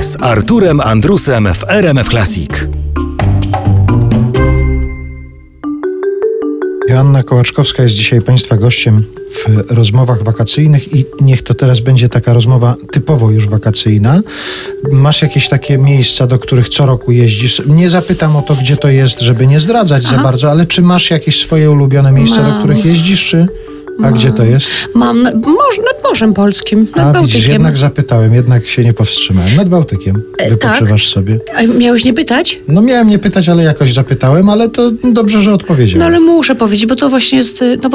z Arturem Andrusem w RMF Classic. Joanna Kołaczkowska jest dzisiaj Państwa gościem w rozmowach wakacyjnych i niech to teraz będzie taka rozmowa typowo już wakacyjna. Masz jakieś takie miejsca, do których co roku jeździsz? Nie zapytam o to, gdzie to jest, żeby nie zdradzać za bardzo, ale czy masz jakieś swoje ulubione miejsca, do których jeździsz, czy... A gdzie to jest? Mam nad Morzem Polskim, nad Bałtykiem. Widzisz, jednak zapytałem, jednak się nie powstrzymałem. Nad Bałtykiem wypoczywasz sobie. A miałeś nie pytać? No miałem nie pytać, ale jakoś zapytałem, ale to dobrze, że odpowiedziałem. No ale muszę powiedzieć, bo to właśnie jest, bo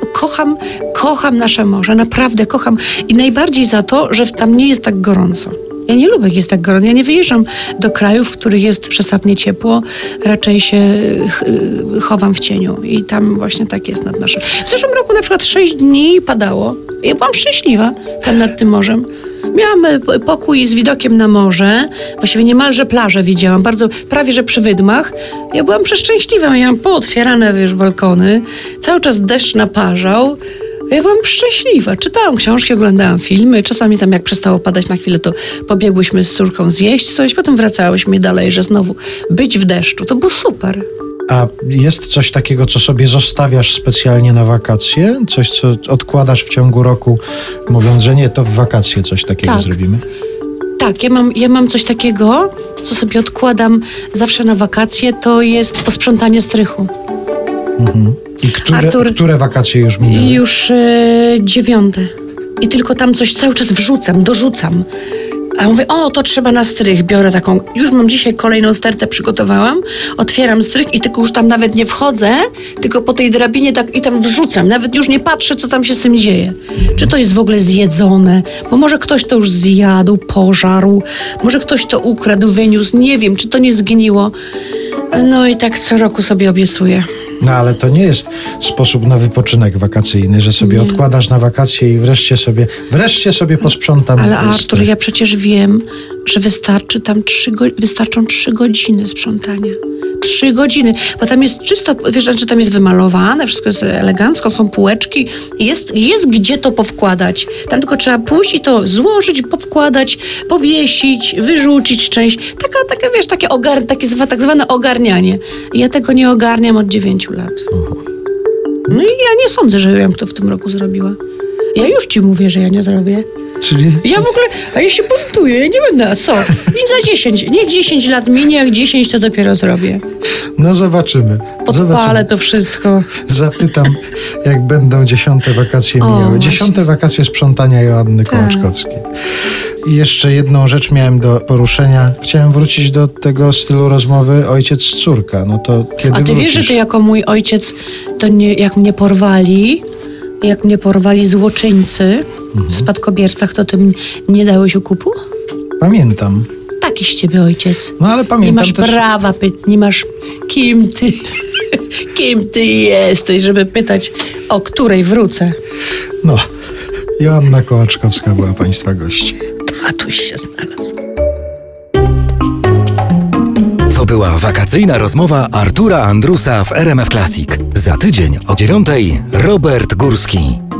kocham nasze morze, naprawdę kocham. I najbardziej za to, że tam nie jest tak gorąco. Ja nie lubię, jak jest tak gorąco. Ja nie wyjeżdżam do krajów, w których jest przesadnie ciepło. Raczej się chowam w cieniu. I tam właśnie tak jest nad naszym. W zeszłym roku na przykład 6 dni padało. Ja byłam szczęśliwa tam nad tym morzem. Miałam pokój z widokiem na morze. Właściwie niemalże plażę widziałam. Prawie że przy wydmach. Ja byłam przeszczęśliwa. Miałam pootwierane, balkony. Cały czas deszcz naparzał. Ja byłam szczęśliwa. Czytałam książki, oglądałam filmy. Czasami tam jak przestało padać na chwilę, to pobiegłyśmy z córką zjeść coś, potem wracałyśmy dalej, że znowu być w deszczu. To było super. A jest coś takiego, co sobie zostawiasz specjalnie na wakacje? Coś, co odkładasz w ciągu roku, mówiąc, że nie, to w wakacje coś takiego zrobimy? Tak, ja mam coś takiego, co sobie odkładam zawsze na wakacje, to jest posprzątanie strychu. Mhm. I które wakacje już minęły? Już 9. I tylko tam coś cały czas dorzucam. A mówię, to trzeba na strych. Biorę taką, już mam dzisiaj kolejną stertę przygotowałam, otwieram strych i tylko już tam nawet nie wchodzę, tylko po tej drabinie tak i tam wrzucam. Nawet już nie patrzę, co tam się z tym dzieje. Czy to jest w ogóle zjedzone? Bo może ktoś to już zjadł, pożarł, może ktoś to ukradł, wyniósł, nie wiem, czy to nie zgniło. No i tak co roku sobie obiecuję. No ale to nie jest sposób na wypoczynek wakacyjny, że sobie odkładasz na wakacje i wreszcie sobie posprzątam. Ale Artur, ja przecież wiem, że wystarczą 3 godziny sprzątania. 3 godziny, bo tam jest czysto, wiesz, że tam jest wymalowane, wszystko jest elegancko, są półeczki, jest gdzie to powkładać. Tam tylko trzeba pójść i to złożyć, powkładać, powiesić, wyrzucić część. Taka wiesz, takie tak zwane ogarnianie. Ja tego nie ogarniam od 9 lat. No i ja nie sądzę, że ja to w tym roku zrobiła. Ja już ci mówię, że ja nie zrobię. Czyli... Ja w ogóle, ja się buntuję, ja nie będę, a co? I za 10 lat minie, jak 10 to dopiero zrobię. No zobaczymy. Podpalę to wszystko. Zapytam, jak będą 10. wakacje mijały. 10. wakacje sprzątania Joanny Kołaczkowskiej. I jeszcze jedną rzecz miałem do poruszenia. Chciałem wrócić do tego stylu rozmowy ojciec-córka. No to kiedy A ty wrócisz? wiesz, że ty jako mój ojciec, to nie, jak mnie porwali złoczyńcy w spadkobiercach, to ty nie dałeś okupu? Pamiętam. Taki z ciebie ojciec. No ale pamiętam nie masz też... prawa nie masz kim ty jesteś, żeby pytać, o której wrócę. No, Joanna Kołaczkowska była Państwa gościem. Tatuś się znalazł. To była wakacyjna rozmowa Artura Andrusa w RMF Classic. Za tydzień o 9:00 Robert Górski.